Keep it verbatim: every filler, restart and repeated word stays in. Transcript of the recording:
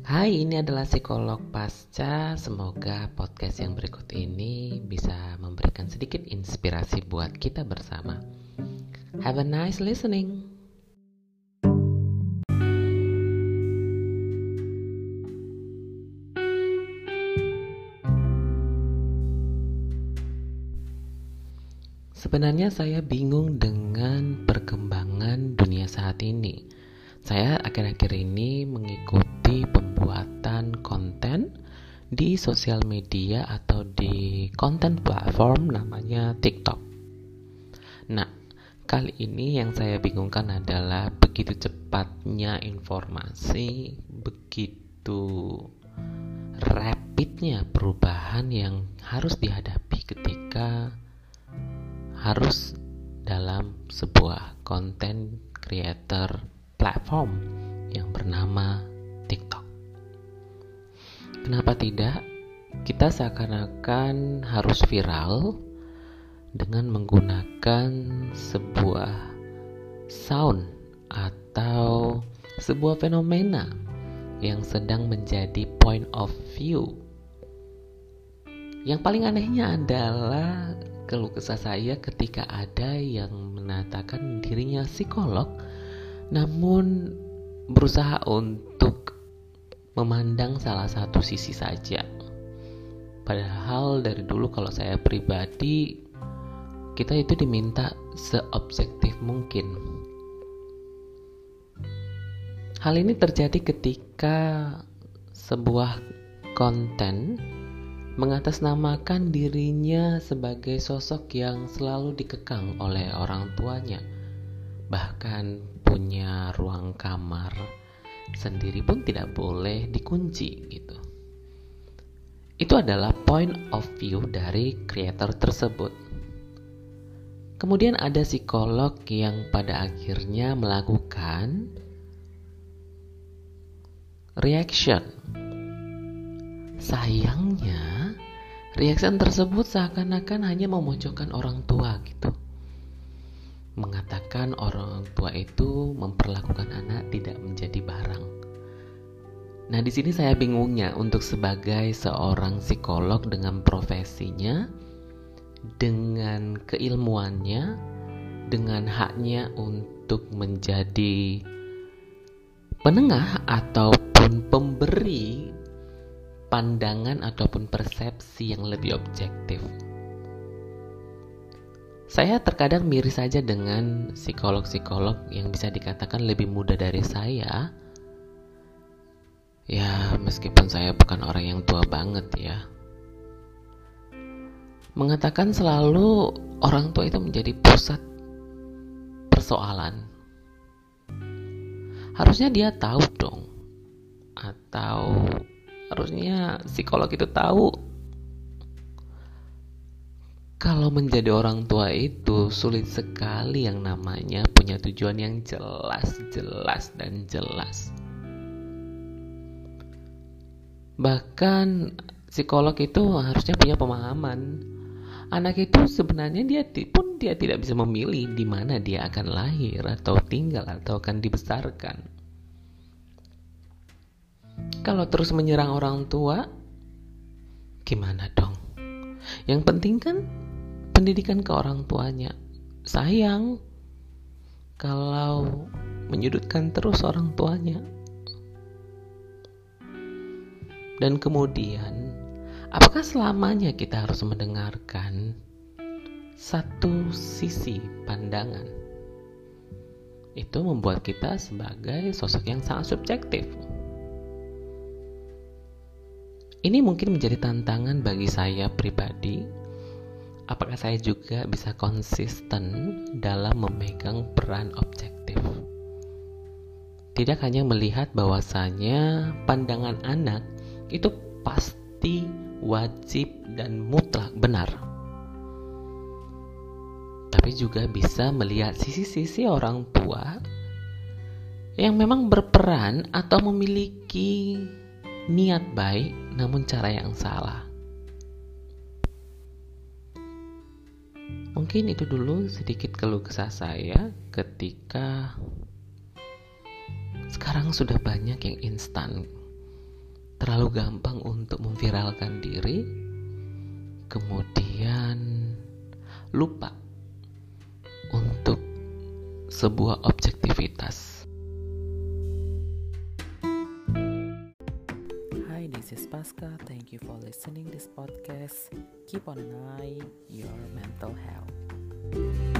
Hai, ini adalah Psikolog Pasca. Semoga podcast yang berikut ini bisa memberikan sedikit inspirasi buat kita bersama. Have a nice listening. Sebenarnya saya bingung dengan perkembangan dunia saat ini. Saya akhir-akhir ini mengikuti pembuatan konten di sosial media atau di konten platform namanya TikTok. Nah, kali ini yang saya bingungkan adalah begitu cepatnya informasi, begitu rapidnya perubahan yang harus dihadapi ketika harus dalam sebuah content creator platform yang bernama TikTok. Kenapa tidak? Kita seakan-akan harus viral dengan menggunakan sebuah sound atau sebuah fenomena yang sedang menjadi point of view. Yang paling anehnya adalah keluh kesah saya ketika ada yang mengatakan dirinya psikolog namun berusaha untuk memandang salah satu sisi saja. Padahal dari dulu kalau saya pribadi, kita itu diminta seobjektif mungkin. Hal ini terjadi ketika sebuah konten mengatasnamakan dirinya sebagai sosok yang selalu dikekang oleh orang tuanya, bahkan punya ruang kamar sendiri pun tidak boleh dikunci gitu. Itu adalah point of view dari creator tersebut. Kemudian ada psikolog yang pada akhirnya melakukan reaction. Sayangnya, reaction tersebut seakan-akan hanya memojokkan orang tua gitu. Mengatakan orang tua itu memperlakukan anak tidak menjadi barang. Nah, di sini saya bingungnya untuk sebagai seorang psikolog dengan profesinya, dengan keilmuannya, dengan haknya untuk menjadi penengah ataupun pemberi pandangan ataupun persepsi yang lebih objektif. Saya terkadang miris saja dengan psikolog-psikolog yang bisa dikatakan lebih muda dari saya. Ya, meskipun saya bukan orang yang tua banget ya. Mengatakan selalu orang tua itu menjadi pusat persoalan. Harusnya dia tahu dong. Atau harusnya psikolog itu tahu kalau menjadi orang tua itu sulit sekali yang namanya punya tujuan yang jelas, jelas, dan jelas. Bahkan psikolog itu harusnya punya pemahaman. Anak itu sebenarnya dia pun dia tidak bisa memilih di mana dia akan lahir atau tinggal atau akan dibesarkan. Kalau terus menyerang orang tua, gimana dong? Yang penting kan pendidikan ke orang tuanya. Sayang kalau menyudutkan terus orang tuanya. Dan kemudian, apakah selamanya kita harus mendengarkan satu sisi pandangan? Itu membuat kita sebagai sosok yang sangat subjektif. Ini mungkin menjadi tantangan bagi saya pribadi. Apakah saya juga bisa konsisten dalam memegang peran objektif? Tidak hanya melihat bahwasanya pandangan anak itu pasti wajib dan mutlak benar, tapi juga bisa melihat sisi-sisi orang tua yang memang berperan atau memiliki niat baik namun cara yang salah. Mungkin itu dulu sedikit keluh kesah saya ketika sekarang sudah banyak yang instan. terlalu gampang untuk memviralkan diri, kemudian lupa untuk sebuah objektivitas. Hi, this is Pasca. Thank you for listening this podcast. Keep on an eye your mental health.